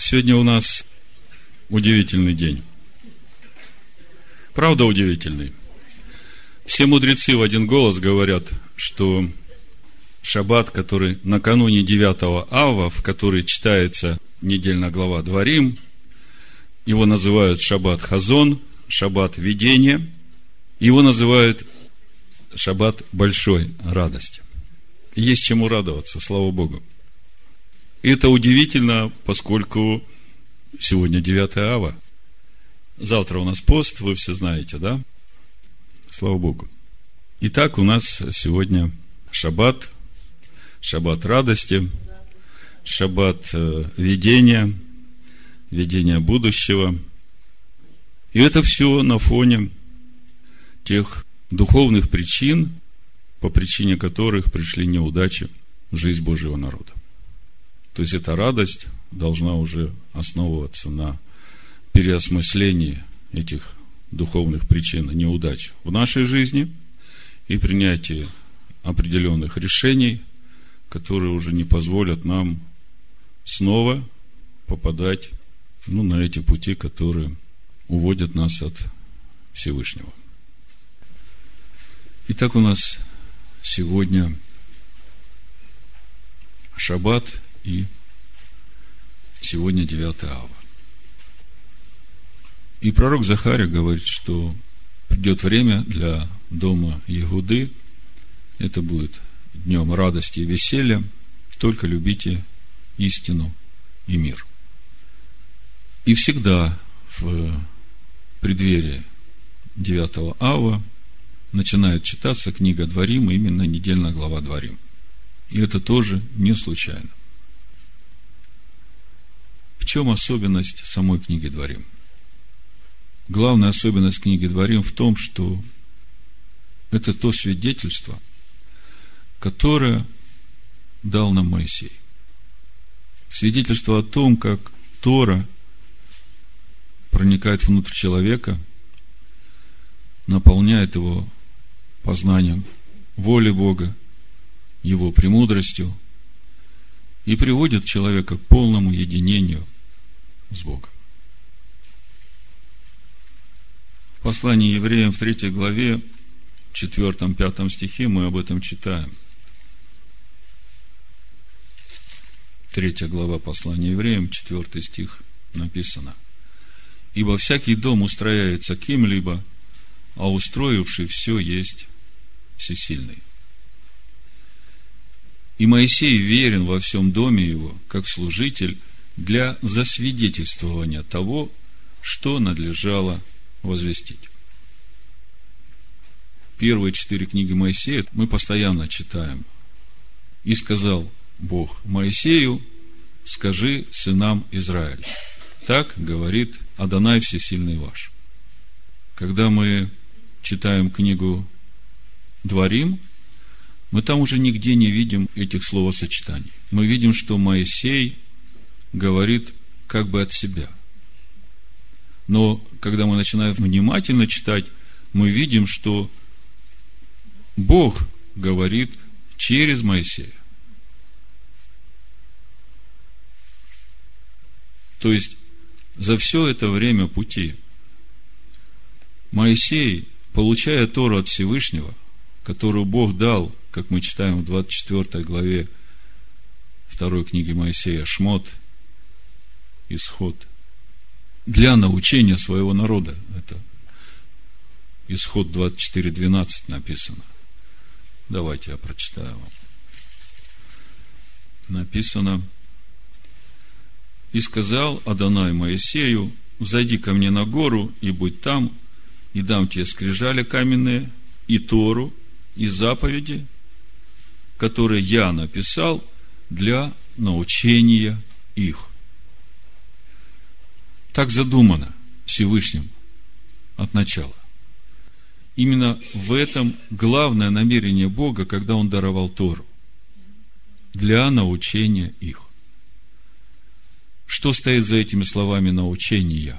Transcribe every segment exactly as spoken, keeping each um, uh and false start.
Сегодня у нас удивительный день. Правда удивительный. Все мудрецы в один голос говорят, что шаббат, который накануне девятого ава, в который читается недельная глава Дворим, его называют шаббат хазон, шаббат видения, его называют шаббат большой радости. Есть чему радоваться, слава Богу. И это удивительно, поскольку сегодня девятое ава. Завтра у нас пост, вы все знаете, да? Слава Богу. Итак, у нас сегодня шаббат, шаббат радости, шаббат видения, видения будущего. И это все на фоне тех духовных причин, по причине которых пришли неудачи в жизнь Божьего народа. То есть эта радость должна уже основываться на переосмыслении этих духовных причин неудач в нашей жизни и принятии определенных решений, которые уже не позволят нам снова попадать ну, на эти пути, которые уводят нас от Всевышнего. Итак, у нас сегодня шаббат и сегодня девятое ава. И пророк Захария говорит, что придет время для дома Иуды, это будет днем радости и веселья, только любите истину и мир. И всегда в преддверии девятого ава начинает читаться книга Дворим, именно недельная глава Дворим. И это тоже не случайно. В чем особенность самой книги Дворим? Главная особенность книги Дворим в том, что это то свидетельство, которое дал нам Моисей. Свидетельство о том, как Тора проникает внутрь человека, наполняет его познанием воли Бога, его премудростью и приводит человека к полному единению с Богом. В послании евреям в третьей главе, четвёртом-пятом стихе мы об этом читаем. Третья глава послания евреям, четвёртый стих написано: «Ибо всякий дом устрояется кем-либо, а устроивший все есть всесильный. И Моисей верен во всем доме его, как служитель, для засвидетельствования того, что надлежало возвестить». Первые четыре книги Моисея мы постоянно читаем. «И сказал Бог Моисею: скажи сынам Израиля, так говорит Адонай Всесильный ваш». Когда мы читаем книгу Дворим, мы там уже нигде не видим этих словосочетаний. Мы видим, что Моисей говорит как бы от себя. Но когда мы начинаем внимательно читать, мы видим, что Бог говорит через Моисея. То есть, за все это время пути Моисей, получая Тору от Всевышнего, которую Бог дал, как мы читаем в двадцать четвёртой главе второй книги Моисея, Шмот, Исход, для научения своего народа. Это Исход двадцать четыре двенадцать написано. Давайте я прочитаю вам. Написано: «И сказал Адонай Моисею: взойди ко мне на гору, и будь там, и дам тебе скрижали каменные, и Тору, и заповеди, которые я написал для научения их». Так задумано Всевышним от начала. Именно в этом главное намерение Бога, когда Он даровал Тору. Для научения их. Что стоит за этими словами научения?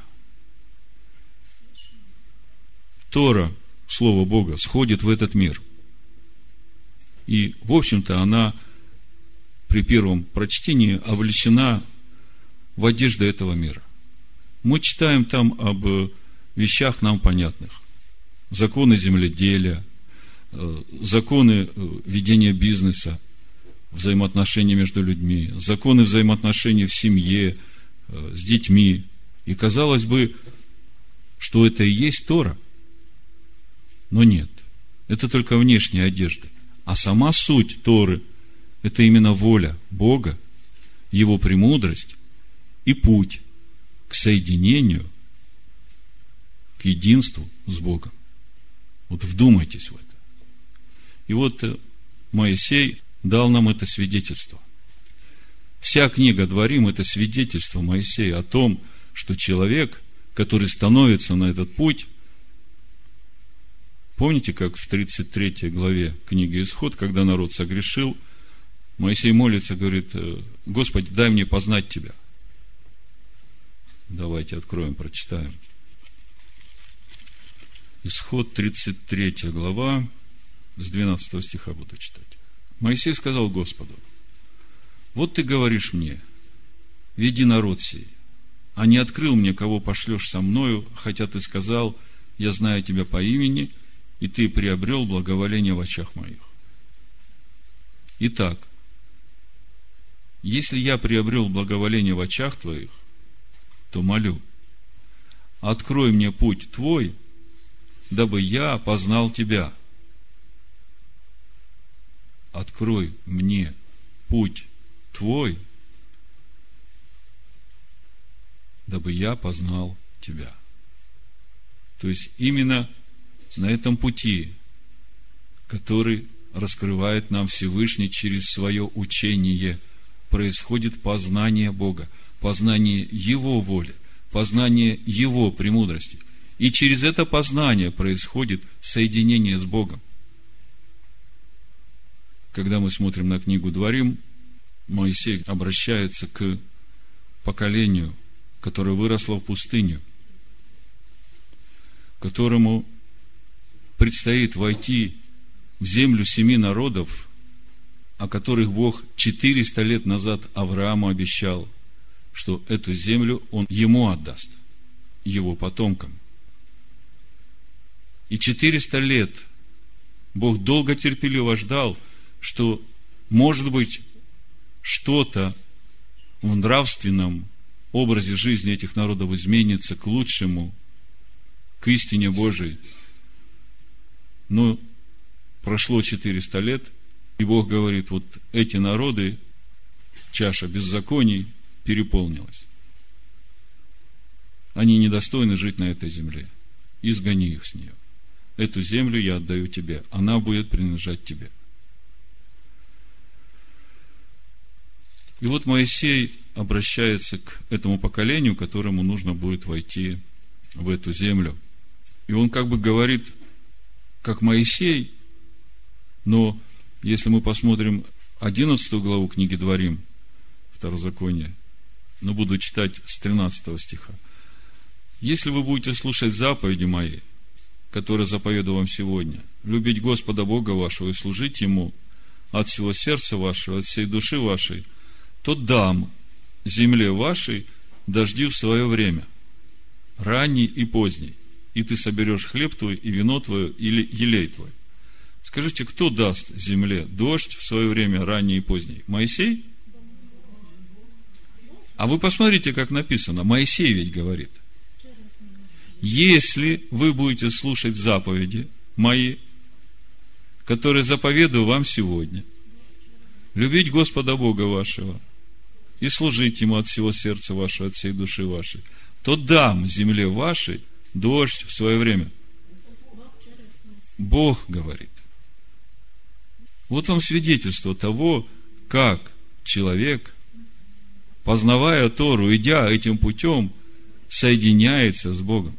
Тора, Слово Бога, сходит в этот мир. И, в общем-то, она при первом прочтении облечена в одежды этого мира. Мы читаем там об вещах нам понятных. Законы земледелия, законы ведения бизнеса, взаимоотношения между людьми, законы взаимоотношений в семье, с детьми. И казалось бы, что это и есть Тора. Но нет. Это только внешняя одежда. А сама суть Торы – это именно воля Бога, Его премудрость и путь к соединению, к единству с Богом. Вот вдумайтесь в это. И вот Моисей дал нам это свидетельство. Вся книга Дворим – это свидетельство Моисея о том, что человек, который становится на этот путь, помните, как в тридцать третьей главе книги Исход, когда народ согрешил, Моисей молится, говорит: Господи, дай мне познать Тебя. Давайте откроем, прочитаем. Исход, тридцать третья глава, с двенадцатого стиха буду читать. Моисей сказал Господу: вот ты говоришь мне, веди народ сей, а не открыл мне, кого пошлешь со мною, хотя ты сказал, я знаю тебя по имени, и ты приобрел благоволение в очах моих. Итак, если я приобрел благоволение в очах твоих, то молю, открой мне путь твой, дабы я познал тебя. Открой мне путь твой, дабы я познал тебя. То есть именно на этом пути, который раскрывает нам Всевышний через свое учение, происходит познание Бога, познание Его воли, познание Его премудрости. И через это познание происходит соединение с Богом. Когда мы смотрим на книгу Дворим, Моисей обращается к поколению, которое выросло в пустыню, которому предстоит войти в землю семи народов, о которых Бог четыреста лет назад Аврааму обещал, что эту землю Он ему отдаст, его потомкам. И четыреста лет Бог долго терпеливо ждал, что, может быть, что-то в нравственном образе жизни этих народов изменится к лучшему, к истине Божией. Но прошло четыреста лет, и Бог говорит: вот эти народы, чаша беззаконий переполнилась. Они недостойны жить на этой земле. Изгони их с нее. Эту землю я отдаю тебе. Она будет принадлежать тебе. И вот Моисей обращается к этому поколению, которому нужно будет войти в эту землю. И он как бы говорит, как Моисей, но если мы посмотрим одиннадцатую главу книги Дворим, Второзаконие, но буду читать с тринадцатого стиха. Если вы будете слушать заповеди мои, которые заповедую вам сегодня, любить Господа Бога вашего и служить Ему от всего сердца вашего, от всей души вашей, то дам земле вашей дожди в свое время, ранний и поздний, и ты соберешь хлеб твой, и вино твое, или елей твой. Скажите, кто даст земле дождь в свое время, ранний и поздний? Моисей? А вы посмотрите, как написано. Моисей ведь говорит: если вы будете слушать заповеди мои, которые заповедую вам сегодня, любить Господа Бога вашего и служить Ему от всего сердца вашего, от всей души вашей, то дам земле вашей дождь в свое время. Бог говорит. Вот вам свидетельство того, как человек, познавая Тору, идя этим путем, соединяется с Богом.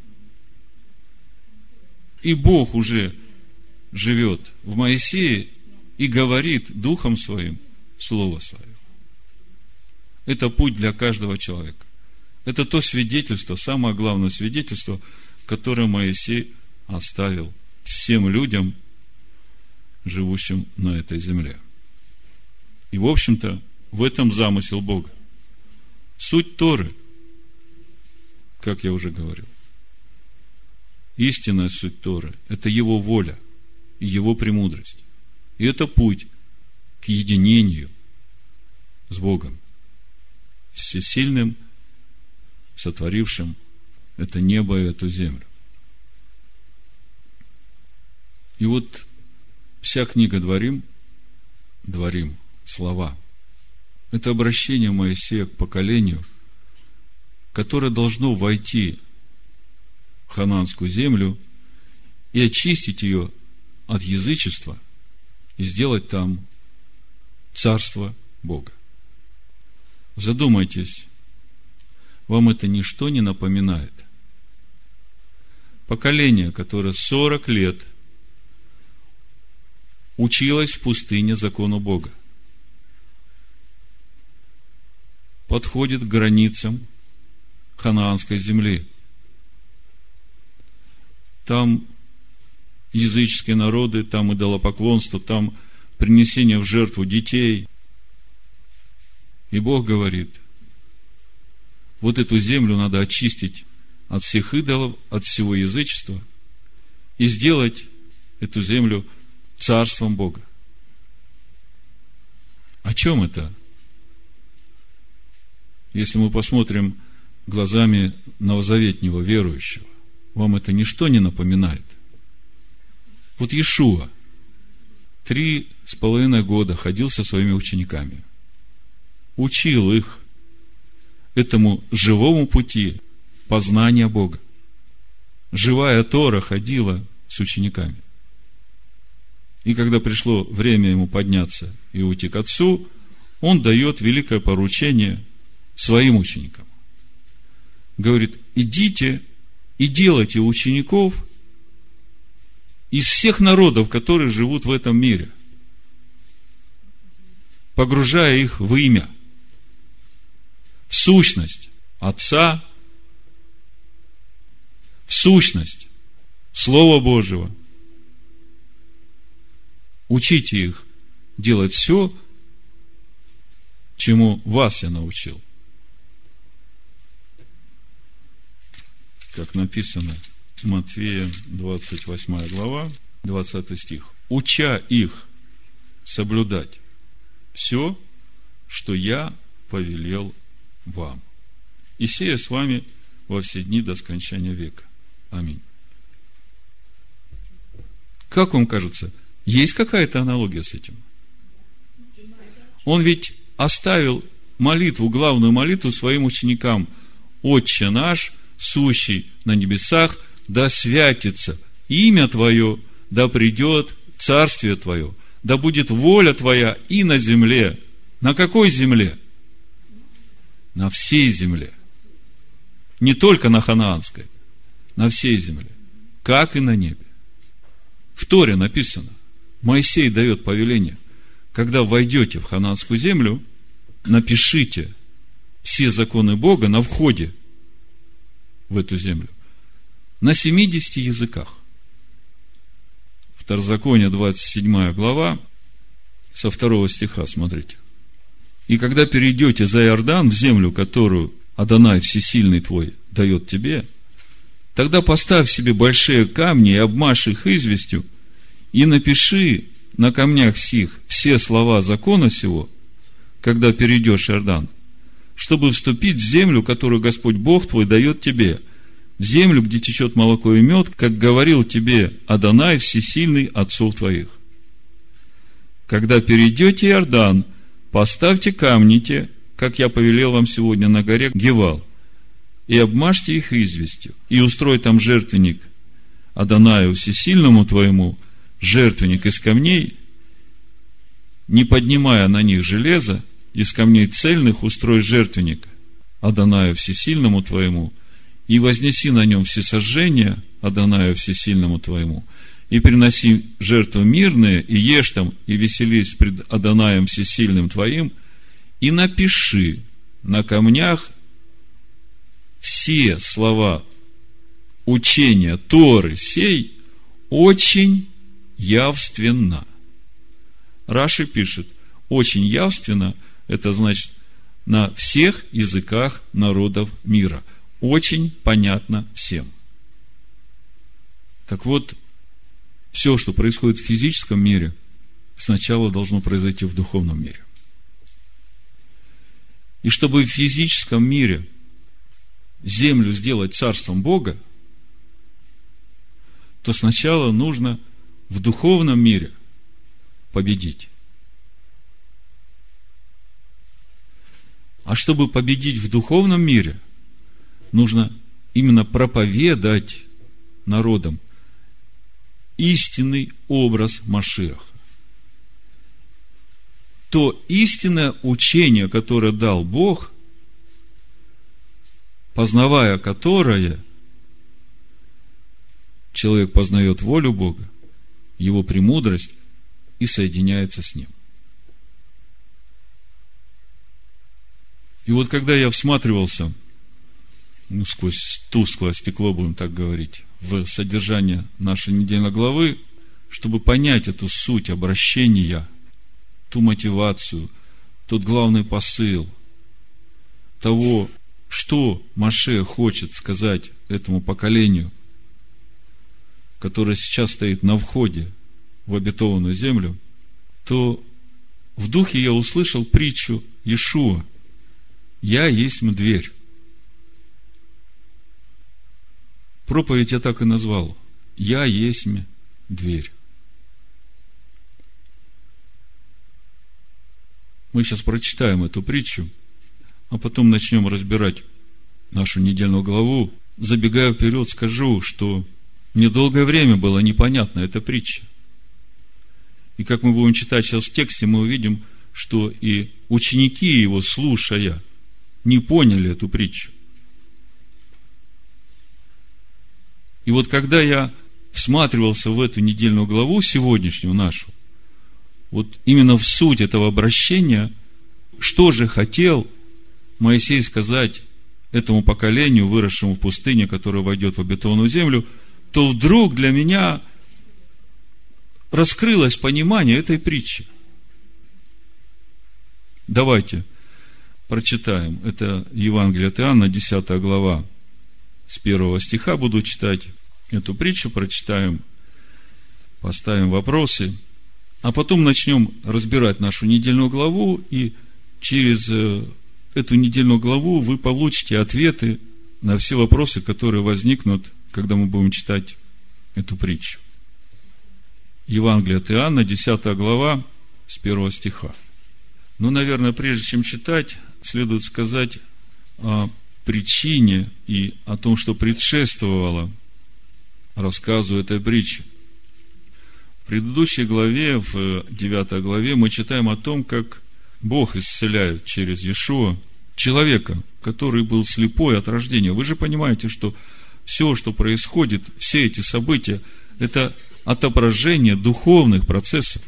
И Бог уже живет в Моисее и говорит Духом Своим Слово Свое. Это путь для каждого человека. Это то свидетельство, самое главное свидетельство, которое Моисей оставил всем людям, живущим на этой земле. И, в общем-то, в этом замысел Бога. Суть Торы, как я уже говорил, истинная суть Торы – это Его воля и Его премудрость. И это путь к единению с Богом, всесильным, сотворившим это небо и эту землю. И вот вся книга Дворим, Дворим, слова, это обращение Моисея к поколению, которое должно войти в ханаанскую землю и очистить ее от язычества и сделать там царство Бога. Задумайтесь, вам это ничто не напоминает? Поколение, которое сорок лет училось в пустыне закону Бога, подходит к границам ханаанской земли. Там языческие народы, там идолопоклонство, там принесение в жертву детей. И Бог говорит, вот эту землю надо очистить от всех идолов, от всего язычества и сделать эту землю царством Бога. О чем это? Если мы посмотрим глазами новозаветнего верующего, вам это ничто не напоминает? Вот Иешуа три с половиной года ходил со своими учениками, учил их этому живому пути познания Бога. Живая Тора ходила с учениками. И когда пришло время ему подняться и уйти к Отцу, он дает великое поручение своим ученикам. Говорит, идите и делайте учеников из всех народов, которые живут в этом мире, погружая их в имя, в сущность Отца, в сущность Слова Божьего. Учите их делать все, чему вас я научил. Как написано Матфея, двадцать восьмая глава, двадцатый стих. Уча их соблюдать все, что я повелел вам. И сея с вами во все дни до скончания века. Аминь. Как вам кажется, есть какая-то аналогия с этим? Он ведь оставил молитву, главную молитву своим ученикам. Отче наш, сущий на небесах, да святится имя Твое, да придет царствие Твое, да будет воля Твоя и на земле. На какой земле? На всей земле. Не только на ханаанской, на всей земле, как и на небе. В Торе написано, Моисей дает повеление, когда войдете в ханаанскую землю, напишите все законы Бога на входе в эту землю на семидесяти языках. Второзаконие, двадцать седьмая глава, со второго стиха, смотрите. И когда перейдете за Иордан в землю, которую Адонай Всесильный твой дает тебе, тогда поставь себе большие камни и обмажь их известью, и напиши на камнях сих все слова закона сего, когда перейдешь Иордан, чтобы вступить в землю, которую Господь Бог твой дает тебе, в землю, где течет молоко и мед, как говорил тебе Адонай Всесильный отцов твоих. Когда перейдете Иордан, поставьте камни те, как я повелел вам сегодня на горе Гевал, и обмажьте их известью, и устрой там жертвенник Адонаю Всесильному твоему, жертвенник из камней, не поднимая на них железа, из камней цельных устрой жертвенник Адонаю Всесильному твоему, и вознеси на нем всесожжения Адонаю Всесильному твоему, и приноси жертвы мирные, и ешь там, и веселись пред Адонаем Всесильным твоим, и напиши на камнях все слова учения Торы сей очень явственно. Раши пишет, очень явственно, это значит на всех языках народов мира. Очень понятно всем. Так вот, все, что происходит в физическом мире, сначала должно произойти в духовном мире. И чтобы в физическом мире землю сделать царством Бога, то сначала нужно в духовном мире победить. А чтобы победить в духовном мире, нужно именно проповедать народам истинный образ Машиаха. То истинное учение, которое дал Бог, познавая которое, человек познает волю Бога, его премудрость и соединяется с Ним. И вот когда я всматривался, ну, сквозь тусклое стекло, будем так говорить, в содержание нашей недельной главы, чтобы понять эту суть обращения, ту мотивацию, тот главный посыл того, что Машиах хочет сказать этому поколению, которое сейчас стоит на входе в обетованную землю, то в духе я услышал притчу Иешуа: «Я есть дверь». Проповедь я так и назвал: «Я есть дверь». Мы сейчас прочитаем эту притчу, а потом начнем разбирать нашу недельную главу. Забегая вперед, скажу, что мне долгое время было непонятна эта притча. И как мы будем читать сейчас в тексте, мы увидим, что и ученики его, слушая, не поняли эту притчу. И вот когда я всматривался в эту недельную главу сегодняшнюю нашу, вот именно в суть этого обращения, что же хотел Моисей сказать этому поколению, выросшему в пустыне, которое войдет в обетованную землю, то вдруг для меня раскрылось понимание этой притчи. Давайте прочитаем. Это Евангелие от Иоанна, десятая глава, с первого стиха буду читать эту притчу, прочитаем, поставим вопросы, а потом начнем разбирать нашу недельную главу, и через эту недельную главу вы получите ответы на все вопросы, которые возникнут, когда мы будем читать эту притчу. Евангелие от Иоанна, десятая глава, с первого стиха. Ну, наверное, прежде чем читать, следует сказать о причине и о том, что предшествовало рассказу этой притчи. В предыдущей главе, в девятой главе, мы читаем о том, как Бог исцеляет через Иешуа человека, который был слепой от рождения. Вы же понимаете, что все, что происходит, все эти события, это отображение духовных процессов.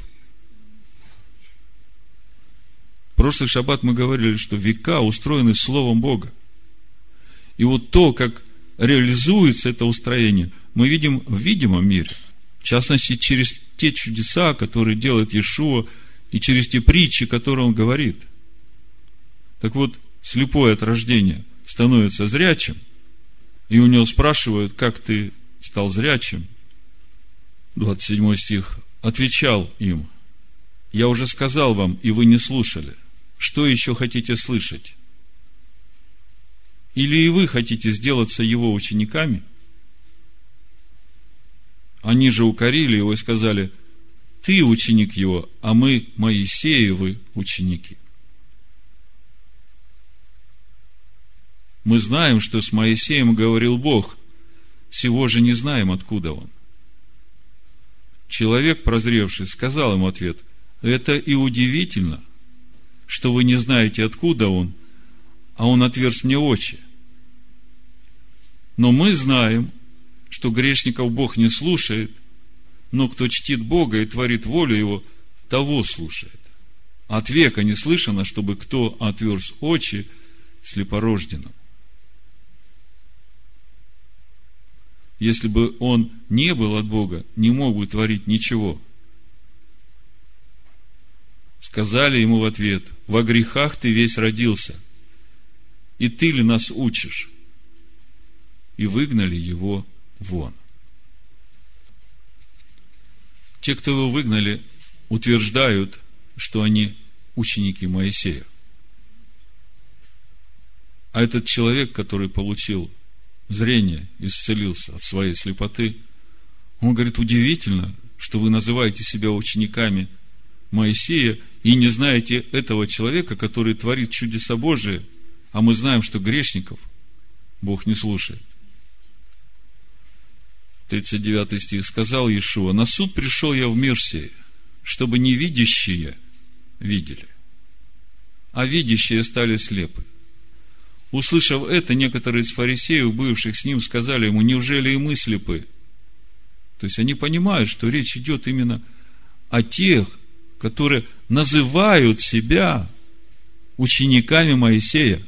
В прошлый шаббат мы говорили, что века устроены Словом Бога. И вот то, как реализуется это устроение, мы видим в видимом мире. В частности, через те чудеса, которые делает Иешуа, и через те притчи, которые он говорит. Так вот, слепой от рождения становится зрячим, и у него спрашивают: как ты стал зрячим? двадцать седьмой стих. Отвечал им: я уже сказал вам, и вы не слушали. Что еще хотите слышать? Или и вы хотите сделаться его учениками? Они же укорили его и сказали: ты ученик его, а мы Моисеевы ученики. Мы знаем, что с Моисеем говорил Бог, сего же не знаем, откуда он. Человек, прозревший, сказал ему ответ: это и удивительно, что вы не знаете, откуда он, а он отверз мне очи. Но мы знаем, что грешников Бог не слушает, но кто чтит Бога и творит волю Его, того слушает. От века не слышано, чтобы кто отверз очи слепорожденным. Если бы он не был от Бога, не мог бы творить ничего. Сказали ему в ответ: во грехах ты весь родился, и ты ли нас учишь? И выгнали его вон. Те, кто его выгнали, утверждают, что они ученики Моисея. А этот человек, который получил зрение, исцелился от своей слепоты, он говорит: удивительно, что вы называете себя учениками Моисея и не знаете этого человека, который творит чудеса Божии, а мы знаем, что грешников Бог не слушает. тридцать девятый стих. Сказал Иешуа: на суд пришел я в мир сей, чтобы невидящие видели, а видящие стали слепы. Услышав это, некоторые из фарисеев, бывших с ним, сказали ему: неужели и мы слепы? То есть они понимают, что речь идет именно о тех, которые называют себя учениками Моисея.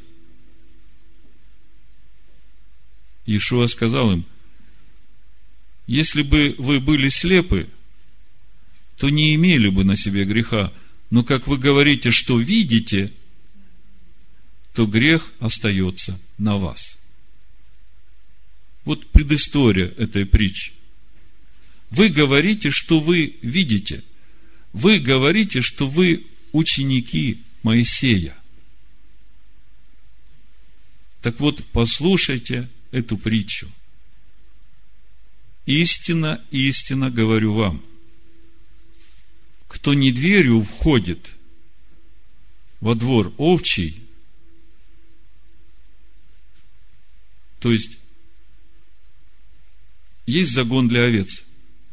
Иешуа сказал им: если бы вы были слепы, то не имели бы на себе греха, но как вы говорите, что видите, то грех остается на вас. Вот предыстория этой притчи. Вы говорите, что вы видите. Вы говорите, что вы ученики Моисея. Так вот, послушайте эту притчу. Истинно, истинно говорю вам, кто не дверью входит во двор овчий, то есть есть загон для овец.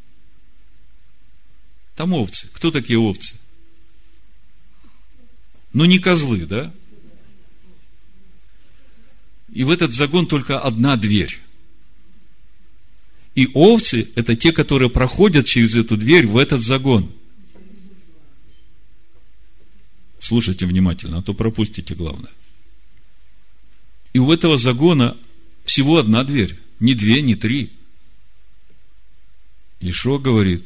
Там овцы. Кто такие овцы? Ну, не козлы, да? И в этот загон только одна дверь. И овцы – это те, которые проходят через эту дверь в этот загон. Слушайте внимательно, а то пропустите главное. И у этого загона всего одна дверь. Не две, не три. Иешуа говорит: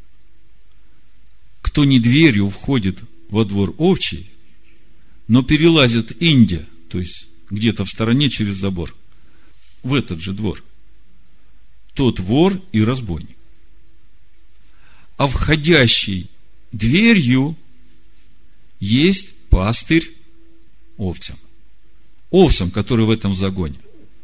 кто не дверью входит во двор овчий, но перелазит индя, то есть где-то в стороне через забор, в этот же двор, тот вор и разбойник. А входящий дверью есть пастырь овцам. Овцам, которые в этом загоне.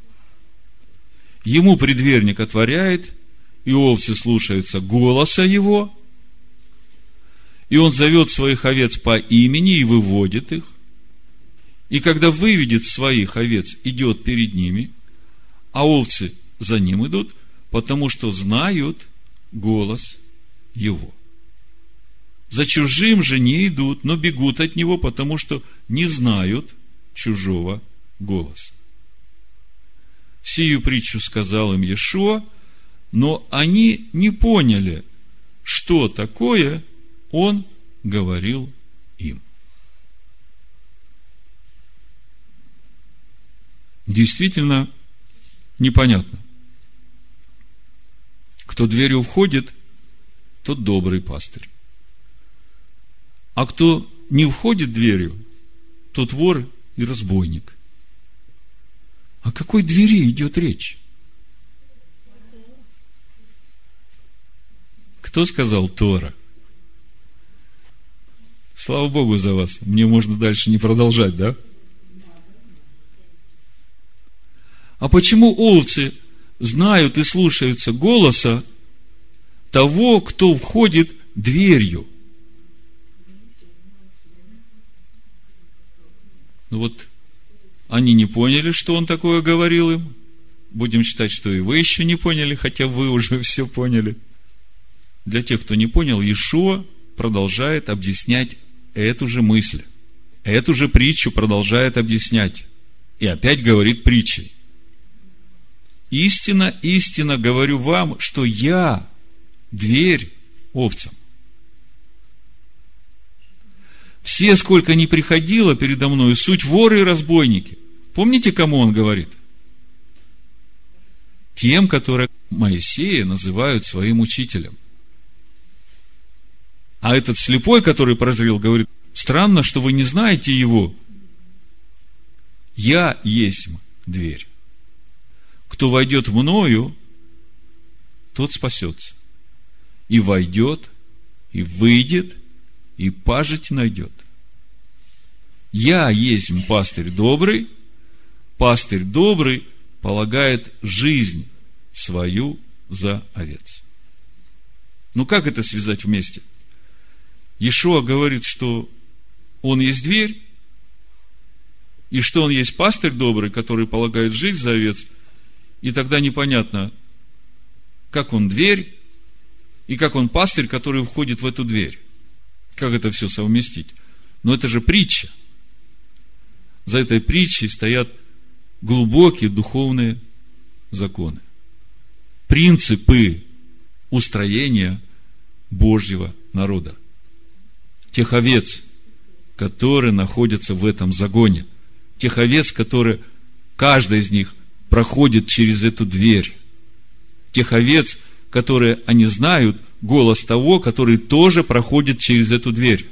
Ему предверник отворяет, и овцы слушаются голоса его, и он зовет своих овец по имени и выводит их. И когда выведет своих овец, идет перед ними, а овцы за ним идут, потому что знают голос его. За чужим же не идут, но бегут от него, потому что не знают чужого голоса. Сию притчу сказал им Иешуа, но они не поняли, что такое он говорил им. Действительно непонятно. Кто дверью входит, тот добрый пастырь. А кто не входит дверью, тот вор и разбойник. О какой двери идет речь? Кто сказал Тора? Слава Богу за вас. Мне можно дальше не продолжать, да? А почему овцы знают и слушаются голоса того, кто входит дверью? Ну вот, они не поняли, что он такое говорил им. Будем считать, что и вы еще не поняли, хотя вы уже все поняли. Для тех, кто не понял, Иешуа продолжает объяснять эту же мысль. Эту же притчу продолжает объяснять. И опять говорит притчей. Истинно, истинно говорю вам, что я дверь овцам. Все, сколько ни приходило передо мною, суть воры и разбойники. Помните, кому он говорит? Тем, которые Моисея называют своим учителем. А этот слепой, который прозрел, говорит: странно, что вы не знаете его. Я есть дверь. Кто войдет мною, тот спасется. И войдет, и выйдет, и пажить найдет. Я есть пастырь добрый, пастырь добрый полагает жизнь свою за овец. Ну, как это связать вместе? Иешуа говорит, что он есть дверь, и что он есть пастырь добрый, который полагает жизнь за овец, и тогда непонятно, как он дверь, и как он пастырь, который входит в эту дверь. Как это все совместить? Но это же притча. За этой притчей стоят глубокие духовные законы. Принципы устроения Божьего народа. Тех овец, которые находятся в этом загоне. Тех овец, которые, каждая из них проходит через эту дверь. Тех овец, которые, они знают голос того, который тоже проходит через эту дверь.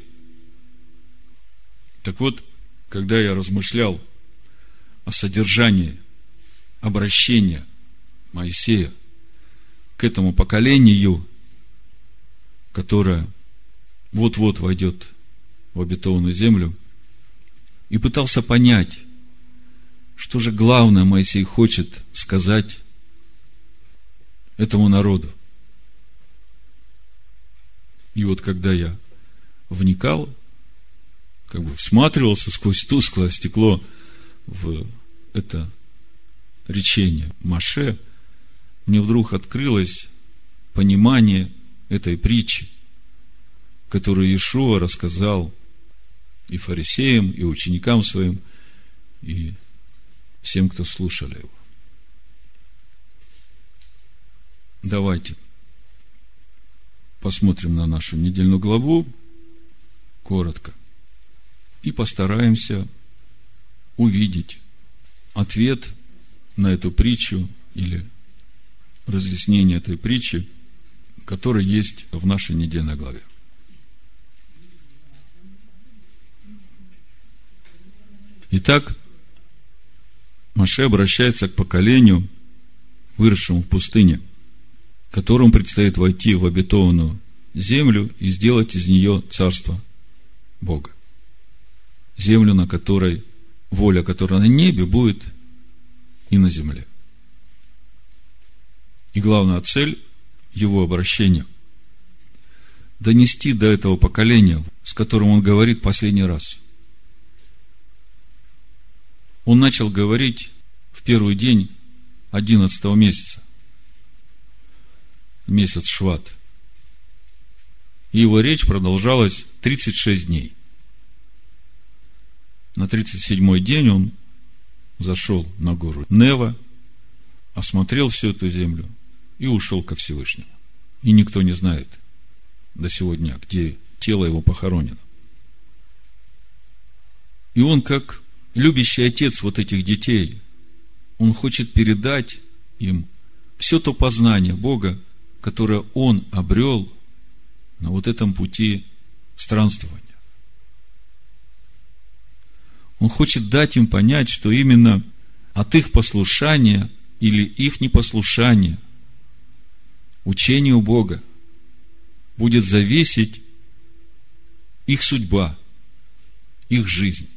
Так вот, когда я размышлял о содержании обращения Моисея к этому поколению, которое вот-вот войдет в обетованную землю, и пытался понять, что же главное Моисей хочет сказать этому народу. И вот когда я вникал, как бы всматривался сквозь тусклое стекло в это речение Моше, мне вдруг открылось понимание этой притчи, которую Иешуа рассказал и фарисеям, и ученикам своим, и всем, кто слушали его. Давайте посмотрим на нашу недельную главу коротко и постараемся увидеть ответ на эту притчу или разъяснение этой притчи, которая есть в нашей недельной главе. Итак, Моше обращается к поколению, выросшему в пустыне, которому предстоит войти в обетованную землю и сделать из нее царство Бога. Землю, на которой воля, которая на небе, будет и на земле. И главная цель его обращения – донести до этого поколения, с которым он говорит последний раз. Он начал говорить в первый день одиннадцатого месяца, месяц Шват. И его речь продолжалась тридцать шесть дней. На тридцать седьмой день он зашел на гору Нева, осмотрел всю эту землю и ушел ко Всевышнему. И никто не знает до сего дня, где тело его похоронено. И он, как любящий отец вот этих детей, он хочет передать им все то познание Бога, которое он обрел на вот этом пути странствования. Он хочет дать им понять, что именно от их послушания или их непослушания учению Бога будет зависеть их судьба, их жизнь.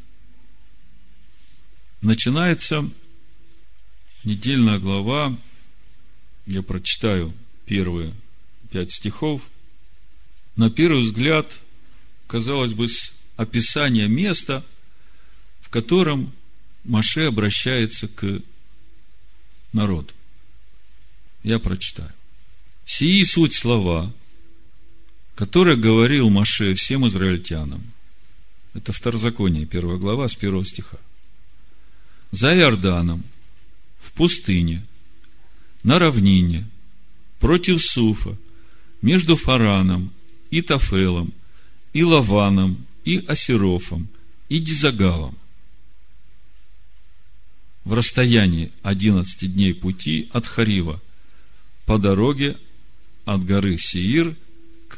Начинается недельная глава, я прочитаю первые пять стихов. На первый взгляд, казалось бы, описание места, в котором Моше обращается к народу. Я прочитаю. «Сии суть слова, которые говорил Моше всем израильтянам». Это Второзаконие, первая глава, с первого стиха. «За Иорданом, в пустыне, на равнине, против Суфа, между Фараном и Тафелом, и Лаваном, и Асерофом, и Дизагалом, в расстоянии одиннадцати дней пути от Харива, по дороге от горы Сеир к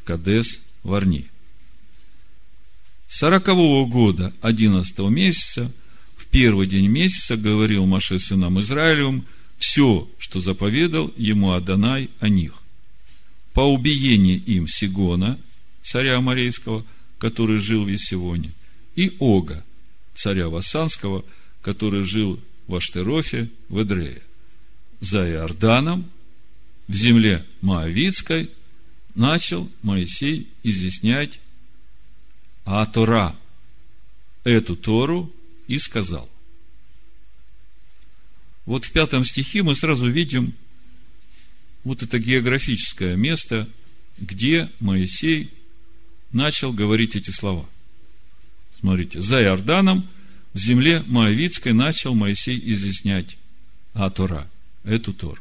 Кадес-Варни. Сорокового года одиннадцатого месяца, в первый день месяца говорил Моше сынам Израилевым все, что заповедал ему Адонай о них. По убиении им Сигона, царя Аморейского, который жил в Есивоне, и Ога, царя Вассанского, который жил в Аштерофе, в Эдрее, за Иорданом, в земле Моавитской, начал Моисей изъяснять А-Тора, эту Тору, и сказал. Вот в пятом стихе мы сразу видим вот это географическое место, где Моисей начал говорить эти слова. Смотрите, за Иорданом, в земле Моавитской, начал Моисей изъяснять А-Тора, эту Тору.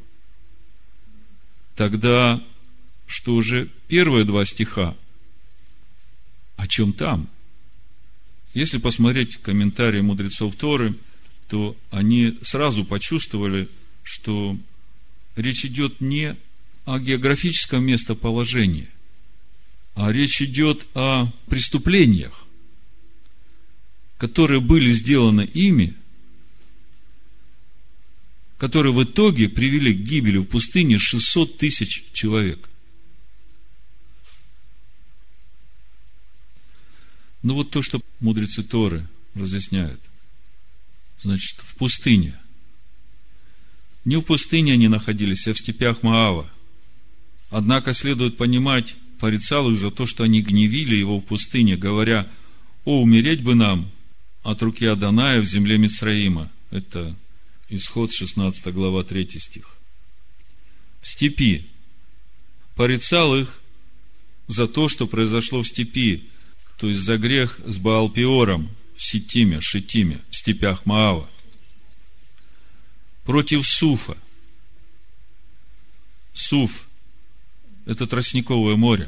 Тогда, что же первые два стиха, о чем там? Если посмотреть комментарии мудрецов Торы, то они сразу почувствовали, что речь идет не о географическом местоположении, а речь идет о преступлениях, которые были сделаны ими, которые в итоге привели к гибели в пустыне шестьсот тысяч человек. Ну вот то, что мудрецы Торы разъясняют. Значит, в пустыне. Не в пустыне они находились, а в степях Моава. Однако следует понимать, порицал их за то, что они гневили его в пустыне, говоря: «О, умереть бы нам от руки Адоная в земле Мицраима». Это Исход, шестнадцатая глава, третий стих. В степи. Порицал их за то, что произошло в степи, то есть за грех с Баал-Пеором в Ситиме, Шитиме, в степях Моава. Против Суфа. Суф – это тростниковое море.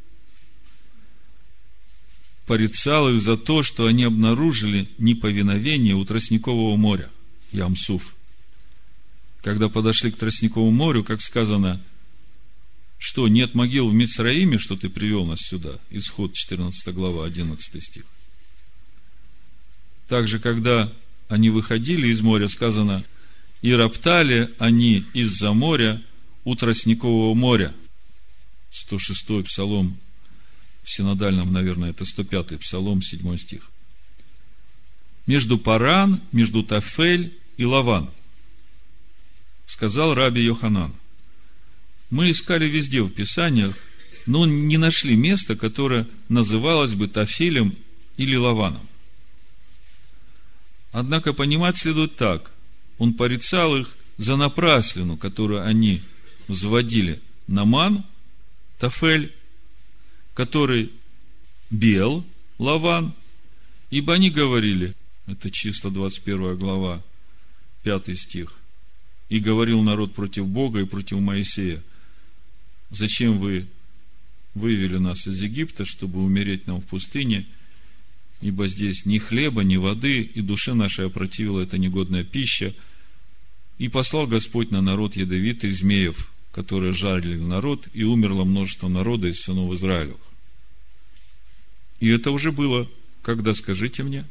Порицал их за то, что они обнаружили неповиновение у тростникового моря, Ям-Суф. Когда подошли к тростниковому морю, как сказано, что нет могил в Мицраиме, что ты привел нас сюда? Исход, четырнадцатая глава, одиннадцатый стих. Также, когда они выходили из моря, сказано: и роптали они из-за моря у тростникового моря. сто шестой псалом, в синодальном, наверное, это сто пятый псалом, седьмой стих. Между Паран, между Тафель и Лаван, сказал раби Йоханан. Мы искали везде в Писаниях, но не нашли места, которое называлось бы Тафелем или Лаваном. Однако понимать следует так: он порицал их за напраслину, которую они взводили на Ман, Тафель, который бел, Лаван, ибо они говорили, это числа двадцать первая глава, пятый стих, и говорил народ против Бога и против Моисея: зачем вы вывели нас из Египта, чтобы умереть нам в пустыне, ибо здесь ни хлеба, ни воды, и душе нашей опротивила эта негодная пища. И послал Господь на народ ядовитых змеев, которые жарили народ, и умерло множество народа из сынов Израилевых. И это уже было, когда, скажите мне?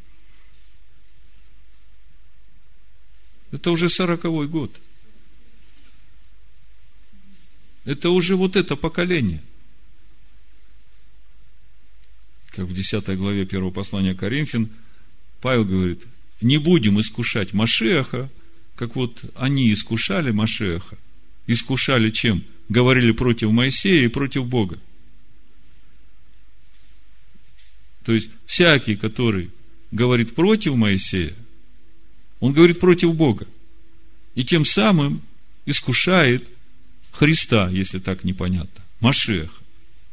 Это уже сороковой год. Это уже вот это поколение. Как в десятой главе первого послания Коринфян Павел говорит: не будем искушать Машиаха, как вот они искушали Машиаха. Искушали чем? Говорили против Моисея и против Бога. То есть, всякий, который говорит против Моисея, он говорит против Бога. И тем самым искушает Христа, если так непонятно, Машиаха.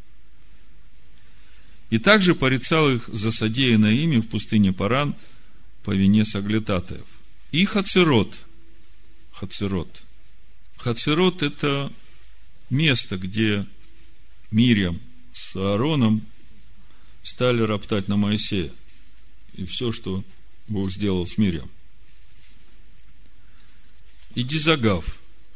И также порицал их за содеянное ими в пустыне Паран по вине соглядатаев. И Хацерот. Хацерот. Хацерот – это место, где Мирьям с Аароном стали роптать на Моисея. И все, что Бог сделал с Мирьям. И Дизагав.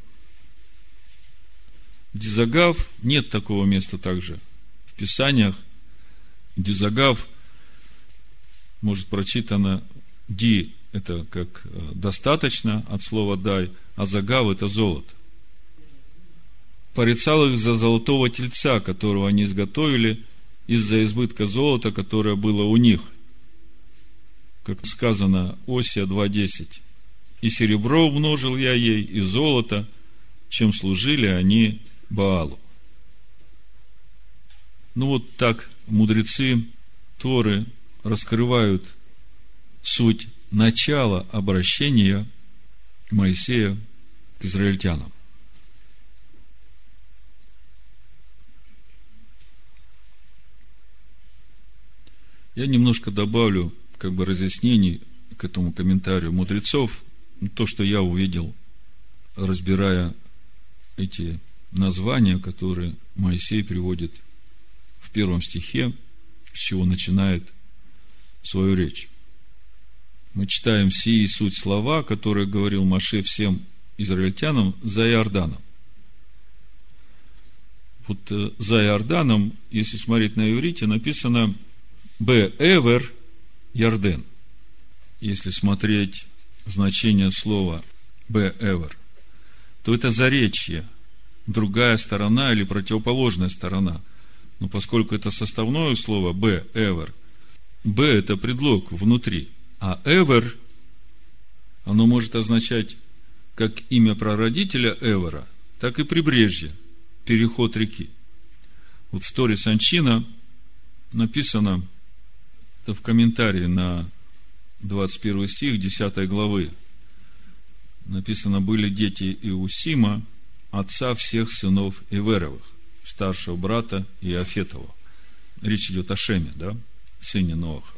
Дизагав, нет такого места также в Писаниях. Дизагав, может, прочитано Ди это как достаточно от слова дай, а загав это золото. Порицал их за золотого тельца, которого они изготовили из-за избытка золота, которое было у них. Как сказано Осия два десять. И серебро умножил я ей, и золото, чем служили они Баалу. Ну вот так мудрецы Торы раскрывают суть начала обращения Моисея к израильтянам. Я немножко добавлю как бы разъяснений к этому комментарию мудрецов. То, что я увидел, разбирая эти названия, которые Моисей приводит в первом стихе, с чего начинает свою речь. Мы читаем сии суть слова, которые говорил Моше всем израильтянам за Иорданом. Вот за Иорданом, если смотреть на иврите, написано Бе-Эвер Ярден. Если смотреть значение слова Бе-Эвер, то это заречье, другая сторона или противоположная сторона. Но поскольку это составное слово Бе-Эвер, Б это предлог внутри, а Эвер, оно может означать как имя прародителя Эвера, так и прибрежье, переход реки. Вот в Торе Санчина написано, это в комментарии на двадцать первый стих десятой главы, написано: были дети Иусима, отца всех сынов Эверовых, старшего брата Иофетова. Речь идет о Шеме, да, сыне Ноаха.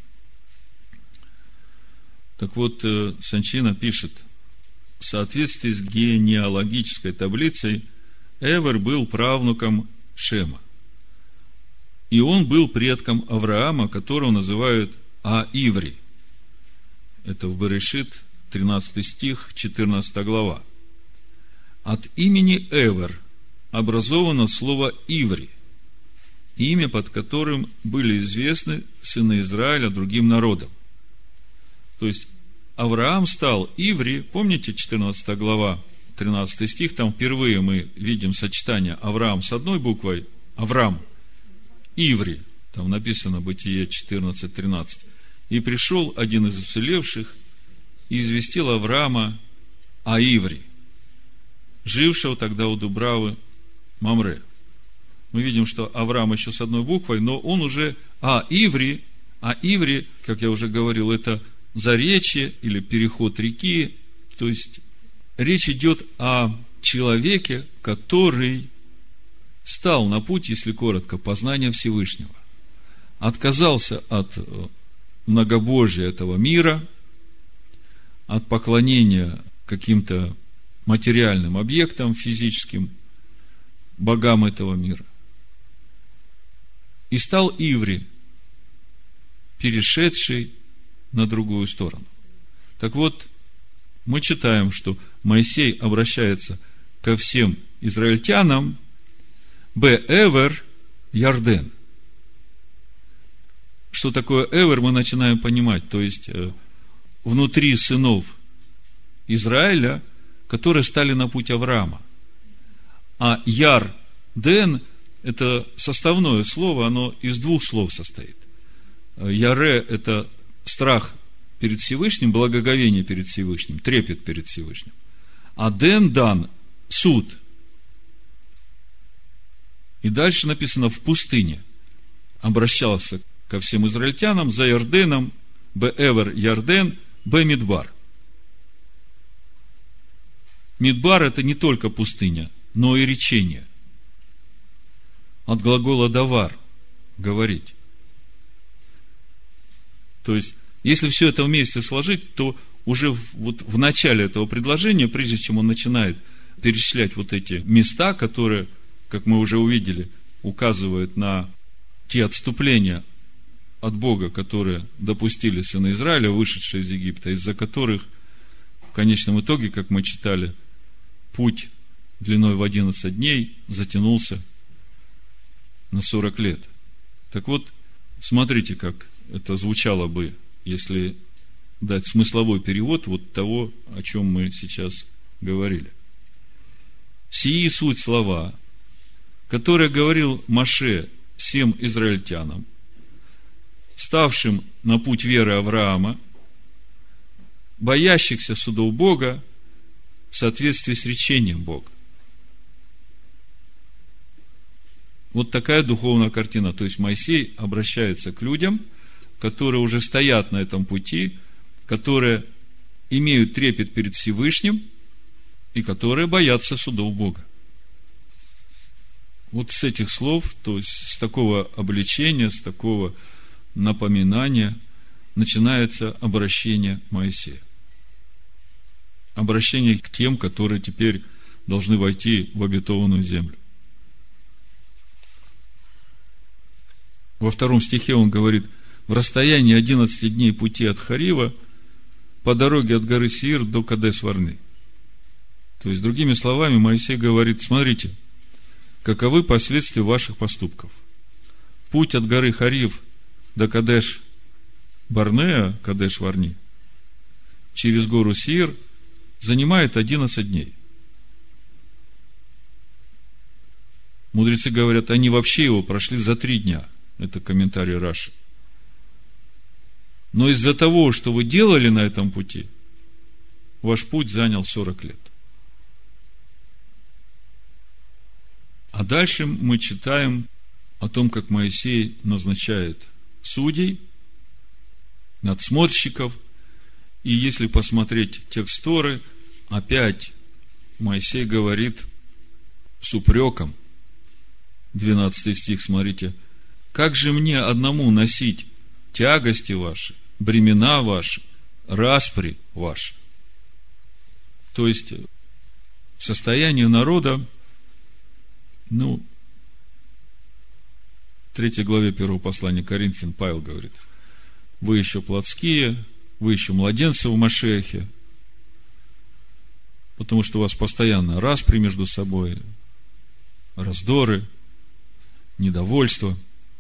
Так вот, Санчина пишет: в соответствии с генеалогической таблицей, Эвер был правнуком Шема. И он был предком Авраама, которого называют А-Иври. Это в Берешит, тринадцатый стих, четырнадцатая глава. От имени Эвер образовано слово Иври, имя, под которым были известны сыны Израиля другим народам. То есть Авраам стал Иври, помните, четырнадцатая глава, тринадцатый стих, там впервые мы видим сочетание Авраам с одной буквой, Авраам, Иври, там написано Бытие четырнадцать тринадцать. И пришел один из уцелевших и известил Авраама о Иври, жившего тогда у Дубравы Мамре. Мы видим, что Авраам еще с одной буквой, но он уже а Иври, а Иври, как я уже говорил, это заречье или переход реки. То есть речь идет о человеке, который стал на путь, если коротко, познания Всевышнего, отказался от многобожия этого мира, от поклонения каким-то материальным объектам, физическим богам этого мира, и стал Иври, перешедший на другую сторону. Так вот, мы читаем, что Моисей обращается ко всем израильтянам Бе-Эвер Ярден. Что такое Эвер, мы начинаем понимать. То есть, внутри сынов Израиля, которые стали на путь Авраама. А Ярден – это составное слово, оно из двух слов состоит. Яре – это страх перед Всевышним, благоговение перед Всевышним, трепет перед Всевышним. А Ден дан – суд. И дальше написано: в пустыне обращался ко всем израильтянам за Ярденом, Бе-Эвер Ярден, Бе-Мидбар. Мидбар – это не только пустыня, но и речение. От глагола давар – говорить. То есть, если все это вместе сложить, то уже вот в начале этого предложения, прежде чем он начинает перечислять вот эти места, которые, как мы уже увидели, указывают на те отступления от Бога, которые допустили сыны Израиля, вышедшие из Египта, из-за которых в конечном итоге, как мы читали, путь длиной в одиннадцать дней затянулся на сорок лет. Так вот, смотрите, как это звучало бы, если дать смысловой перевод вот того, о чем мы сейчас говорили. Сии суть слова, которые говорил Моше всем израильтянам, ставшим на путь веры Авраама, боящихся судов Бога в соответствии с речением Бога. Вот такая духовная картина. То есть Моисей обращается к людям, которые уже стоят на этом пути, которые имеют трепет перед Всевышним и которые боятся судов Бога. Вот с этих слов, то есть с такого обличения, с такого напоминания начинается обращение Моисея. Обращение к тем, которые теперь должны войти в обетованную землю. Во втором стихе он говорит: в расстоянии одиннадцати дней пути от Харива по дороге от горы Сеир до Кадес-Варны. То есть, другими словами, Моисей говорит: смотрите, каковы последствия ваших поступков. Путь от горы Харив до Кадеш-Барнеа, Кадеш-Варни, через гору Сеир занимает одиннадцать дней. Мудрецы говорят, они вообще его прошли за три дня. Это комментарий Раши. Но из-за того, что вы делали на этом пути, ваш путь занял сорок лет. А дальше мы читаем о том, как Моисей назначает судей, надсмотрщиков. И если посмотреть текст Торы, опять Моисей говорит с упреком. двенадцатый стих, смотрите. Как же мне одному носить тягости ваши, бремена ваши, распри ваши? То есть, состояние народа, ну, в третьей главе первого послания Коринфян Павел говорит: вы еще плотские, вы еще младенцы в Машиахе, потому что у вас постоянно распри между собой, раздоры, недовольство.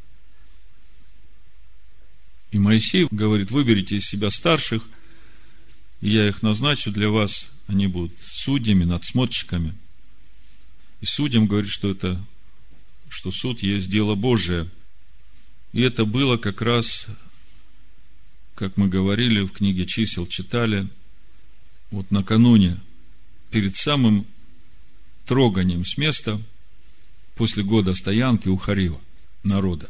И Моисей говорит: выберите из себя старших, и я их назначу для вас, они будут судьями, надсмотрщиками. И судьям говорит, что это, что суд есть дело Божие. И это было как раз, как мы говорили в книге чисел, читали, вот накануне, перед самым троганием с места, после года стоянки у Харива народа.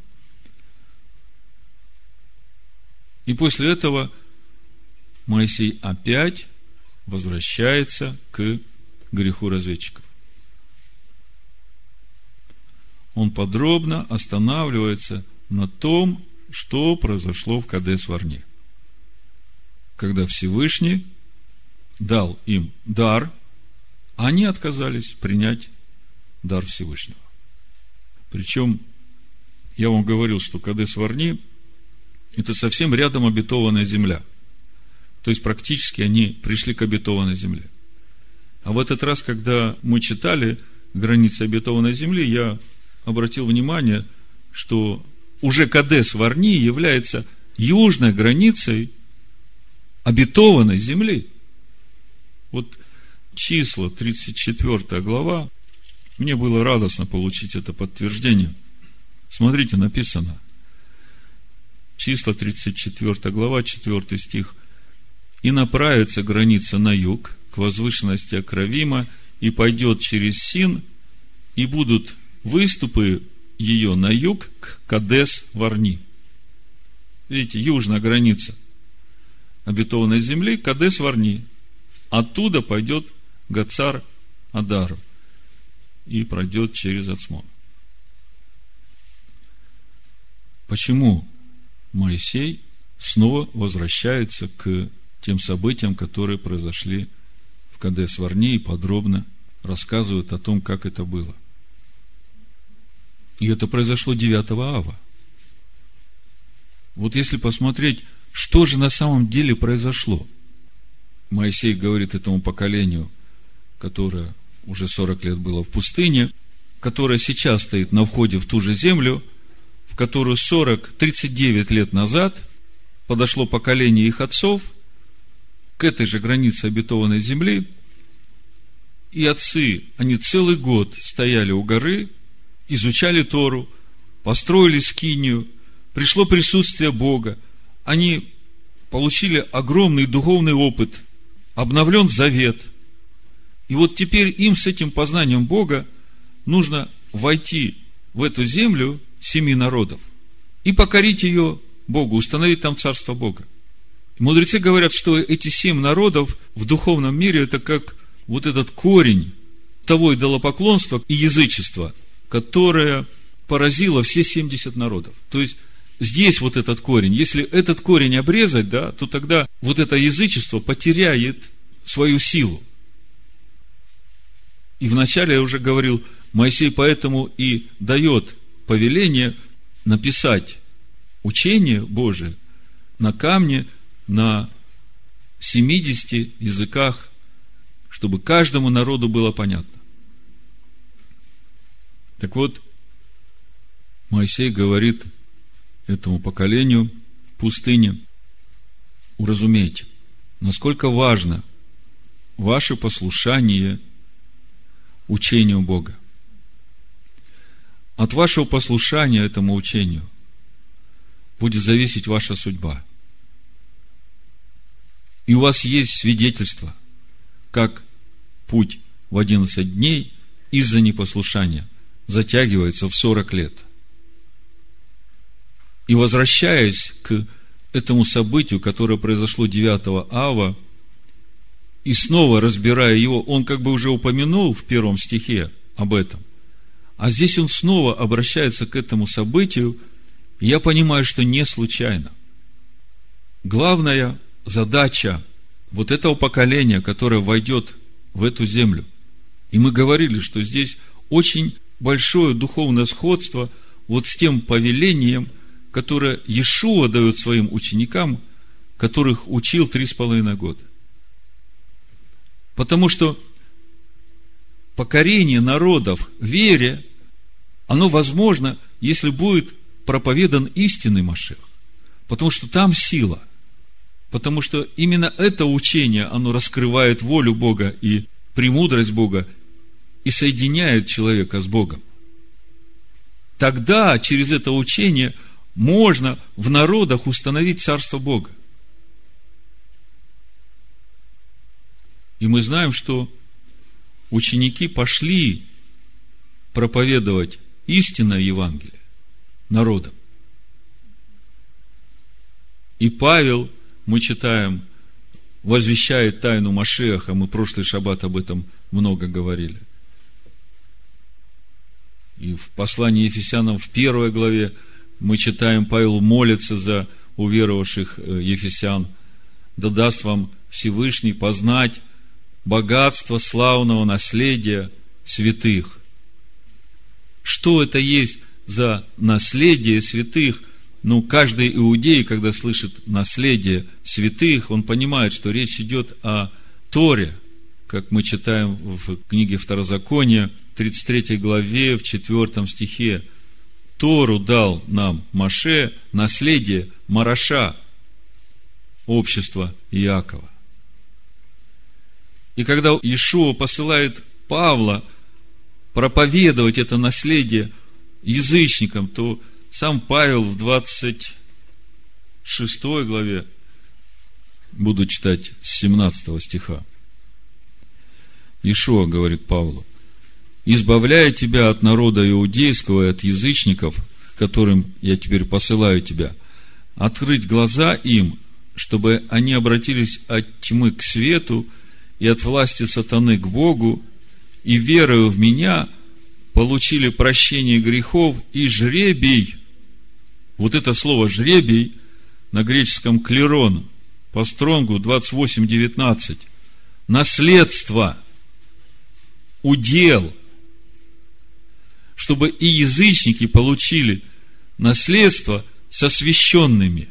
И после этого Моисей опять возвращается к греху разведчиков. Он подробно останавливается на том, что произошло в Кадес-Варне, когда Всевышний дал им дар, а они отказались принять дар Всевышнего. Причем, я вам говорил, что Кадес-Варни – это совсем рядом обетованная земля. То есть, практически они пришли к обетованной земле. А в этот раз, когда мы читали границы обетованной земли, я обратил внимание, что уже Кадес-Варни является южной границей обетованной земли. Вот числа, тридцать четвёртая глава, мне было радостно получить это подтверждение. Смотрите, написано. Числа, тридцать четвёртая глава, четвёртый стих. «И направится граница на юг, к возвышенности Акравима, и пойдет через Син, и будут выступы ее на юг к Кадес-Варни». Видите, южная граница обетованной земли, Кадес-Варни. Оттуда пойдет Гацар-Адар и пройдет через Ацмон. Почему Моисей снова возвращается к тем событиям, которые произошли в Кадес-Варне, и подробно рассказывает о том, как это было? И это произошло девятого ава. Вот если посмотреть, что же на самом деле произошло, Моисей говорит этому поколению, которое уже сорок лет было в пустыне, которое сейчас стоит на входе в ту же землю, в которую сорок, тридцать девять лет назад подошло поколение их отцов, к этой же границе обетованной земли, и отцы, они целый год стояли у горы, изучали Тору, построили скинию, пришло присутствие Бога, они получили огромный духовный опыт, обновлен завет. И вот теперь им с этим познанием Бога нужно войти в эту землю семи народов и покорить ее Богу, установить там царство Бога. И мудрецы говорят, что эти семь народов в духовном мире это как вот этот корень того идолопоклонства и язычества, которое поразило все семьдесят народов. То есть здесь вот этот корень, если этот корень обрезать, да, то тогда вот это язычество потеряет свою силу. И вначале я уже говорил, Моисей поэтому и дает повеление написать учение Божие на камне на семидесяти языках, чтобы каждому народу было понятно. Так вот, Моисей говорит этому поколению пустыни: уразумейте, насколько важно ваше послушание учению Бога. От вашего послушания этому учению будет зависеть ваша судьба. И у вас есть свидетельство, как путь в одиннадцать дней из-за непослушания затягивается в сорок лет. И возвращаясь к этому событию, которое произошло девятого ава, и снова разбирая его, он как бы уже упомянул в первом стихе об этом, а здесь он снова обращается к этому событию, и я понимаю, что не случайно. Главная задача вот этого поколения, которое войдет в эту землю, и мы говорили, что здесь очень большое духовное сходство вот с тем повелением, которое Иешуа дает своим ученикам, которых учил три с половиной года. Потому что покорение народов вере, оно возможно, если будет проповедан истинный Машиах. Потому что там сила. Потому что именно это учение, оно раскрывает волю Бога и премудрость Бога и соединяет человека с Богом. Тогда через это учение можно в народах установить царство Бога. И мы знаем, что ученики пошли проповедовать истинное Евангелие народам. И Павел, мы читаем, возвещает тайну Машиаха, мы прошлый шаббат об этом много говорили. И в послании Ефесянам в первой главе мы читаем, Павел молится за уверовавших ефесян: да даст вам Всевышний познать богатство славного наследия святых. Что это есть за наследие святых? Ну, каждый иудей, когда слышит наследие святых, он понимает, что речь идет о Торе, как мы читаем в книге Второзакония, тридцать третьей главе, в четвертом стихе. Тору дал нам Моше, наследие Мараша, общества Иакова. И когда Иешуа посылает Павла проповедовать это наследие язычникам, то сам Павел в двадцать шестой главе, буду читать с семнадцатого стиха, Иешуа говорит Павлу: избавляя тебя от народа иудейского и от язычников, к которым я теперь посылаю тебя, открыть глаза им, чтобы они обратились от тьмы к свету и от власти сатаны к Богу, и верою в меня получили прощение грехов и жребий. Вот это слово жребий на греческом клерон, по Стронгу двадцать восемь девятнадцать, наследство, удел, чтобы и язычники получили наследство со священными.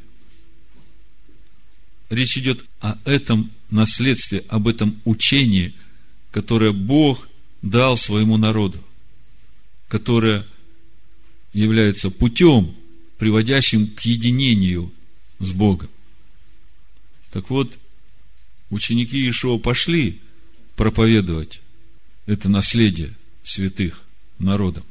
Речь идет о этом наследстве, об этом учении, которое Бог дал своему народу, которое является путем, приводящим к единению с Богом. Так вот, ученики Иешуа пошли проповедовать это наследие святых народам.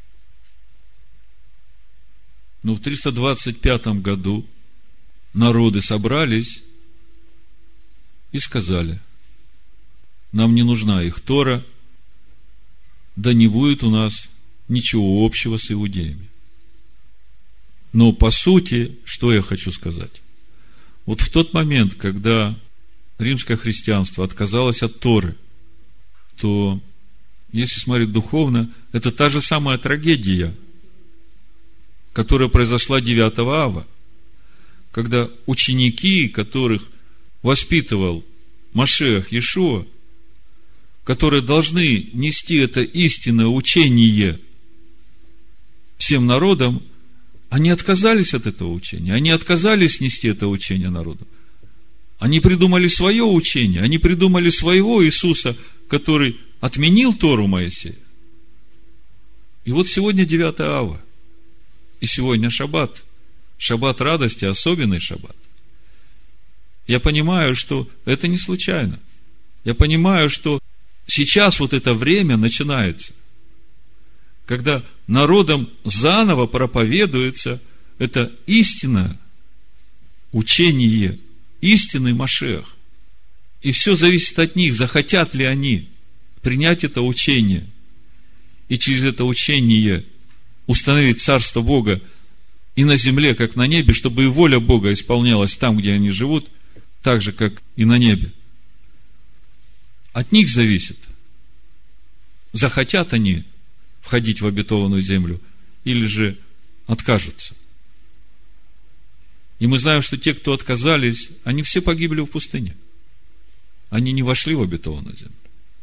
Но в триста двадцать пятом году народы собрались и сказали: нам не нужна их Тора, да не будет у нас ничего общего с иудеями. Но по сути, что я хочу сказать? Вот в тот момент, когда римское христианство отказалось от Торы, то, если смотреть духовно, это та же самая трагедия, которая произошла девятого ава, когда ученики, которых воспитывал Машиах Иешуа, которые должны нести это истинное учение всем народам, они отказались от этого учения, они отказались нести это учение народу. Они придумали свое учение, они придумали своего Иисуса, который отменил Тору Моисея. И вот сегодня девятое ава. И сегодня шаббат. Шаббат радости, особенный шаббат. Я понимаю, что это не случайно. Я понимаю, что сейчас вот это время начинается, когда народам заново проповедуется это истинное учение, истинный Машиах. И все зависит от них, захотят ли они принять это учение и через это учение установить Царство Бога и на земле, как на небе, чтобы и воля Бога исполнялась там, где они живут, так же, как и на небе. От них зависит, захотят они входить в обетованную землю или же откажутся. И мы знаем, что те, кто отказались, они все погибли в пустыне. Они не вошли в обетованную землю.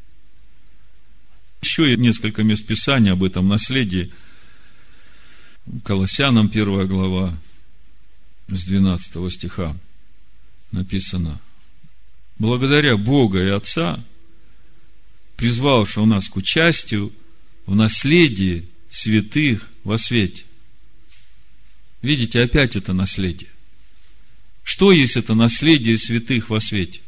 Еще несколько мест Писания об этом наследии. Колоссянам первая глава, с двенадцатого стиха написано: благодаря Бога и Отца, призвавшего нас к участию в наследии святых во свете. Видите, опять это наследие. Что есть это наследие святых во свете?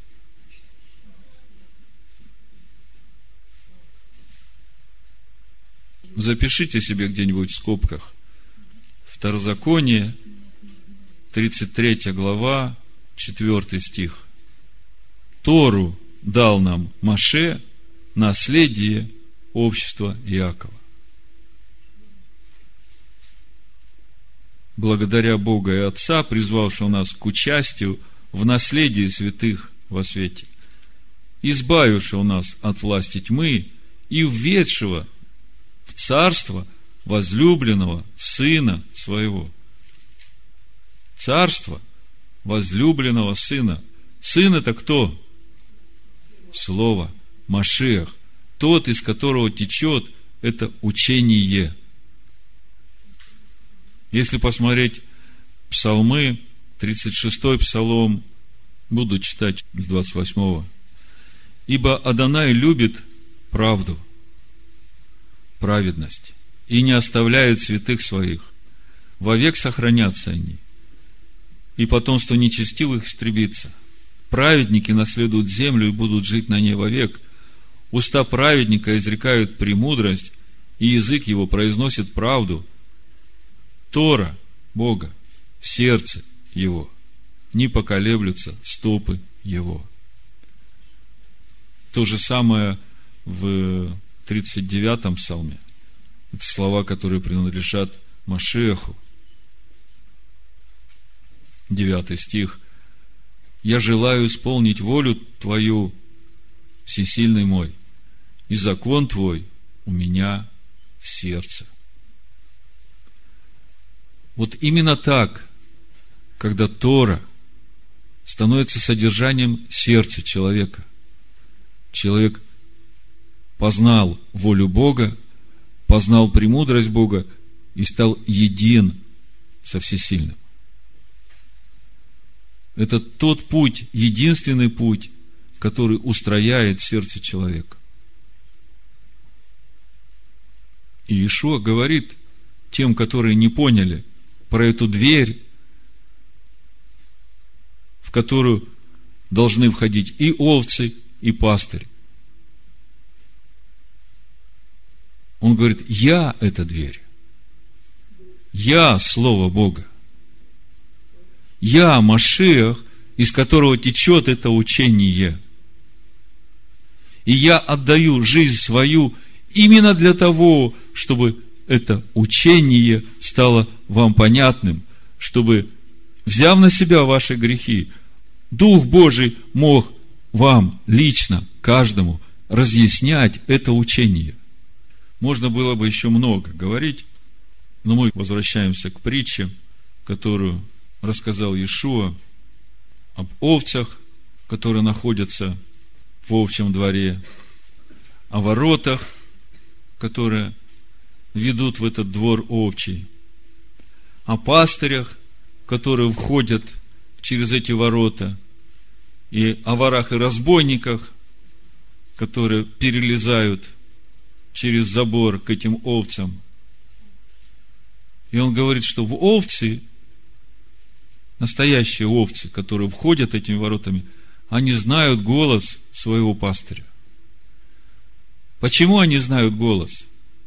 Запишите себе где-нибудь в скобках. Второзаконие, тридцать третья глава, четвертый стих. Тору дал нам Моше, наследие общества Иакова. Благодаря Бога и Отца, призвавшего нас к участию в наследии святых во свете, избавившего нас от власти тьмы и введшего в царство возлюбленного Сына Своего. Царство возлюбленного Сына. Сын это кто? Слово, Машиах. Тот, из которого течет это учение. Если посмотреть псалмы, тридцать шестой псалом, буду читать с двадцать восьмого. Ибо Адонай любит правду, праведность, и не оставляет святых своих. Вовек сохранятся они, и потомство нечестивых истребится. Праведники наследуют землю и будут жить на ней вовек. Уста праведника изрекают премудрость, и язык его произносит правду. Тора Бога в сердце его, не поколеблются стопы его. То же самое в тридцать девятом псалме. Это слова, которые принадлежат Машиаху. Девятый стих. Я желаю исполнить волю Твою, всесильный мой, и закон Твой у меня в сердце. Вот именно так, когда Тора становится содержанием сердца человека, человек познал волю Бога, познал премудрость Бога и стал един со Всесильным. Это тот путь, единственный путь, который устрояет сердце человека. И Иешуа говорит тем, которые не поняли про эту дверь, в которую должны входить и овцы, и пастырь. Он говорит, я эта дверь. Я Слово Бога. Я Машиах, из которого течет это учение. И я отдаю жизнь свою именно для того, чтобы это учение стало вам понятным, чтобы, взяв на себя ваши грехи, Дух Божий мог вам лично, каждому, разъяснять это учение. Можно было бы еще много говорить, но мы возвращаемся к притче, которую рассказал Иешуа об овцах, которые находятся в овчем дворе, о воротах, которые ведут в этот двор овчий, о пастырях, которые входят через эти ворота, и о ворах и разбойниках, которые перелезают через забор к этим овцам. И он говорит, что в овцы, настоящие овцы, которые входят этими воротами, они знают голос своего пастыря. Почему они знают голос?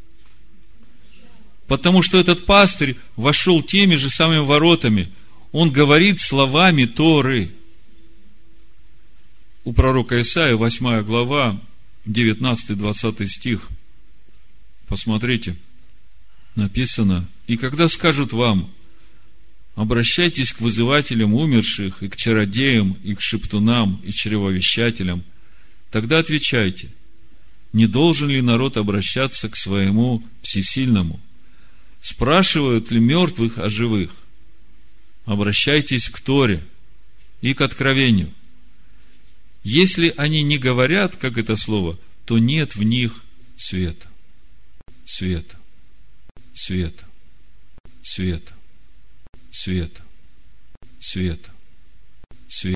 Потому что этот пастырь вошел теми же самыми воротами. Он говорит словами Торы. У пророка Исаии, восьмая глава, девятнадцатый-двадцатый стих. Посмотрите, написано: «И когда скажут вам: обращайтесь к вызывателям умерших, и к чародеям, и к шептунам, и чревовещателям, тогда отвечайте: не должен ли народ обращаться к своему всесильному? Спрашивают ли мертвых о живых? Обращайтесь к Торе и к откровению. Если они не говорят, как это слово, то нет в них света, света, света, света, света, света, света».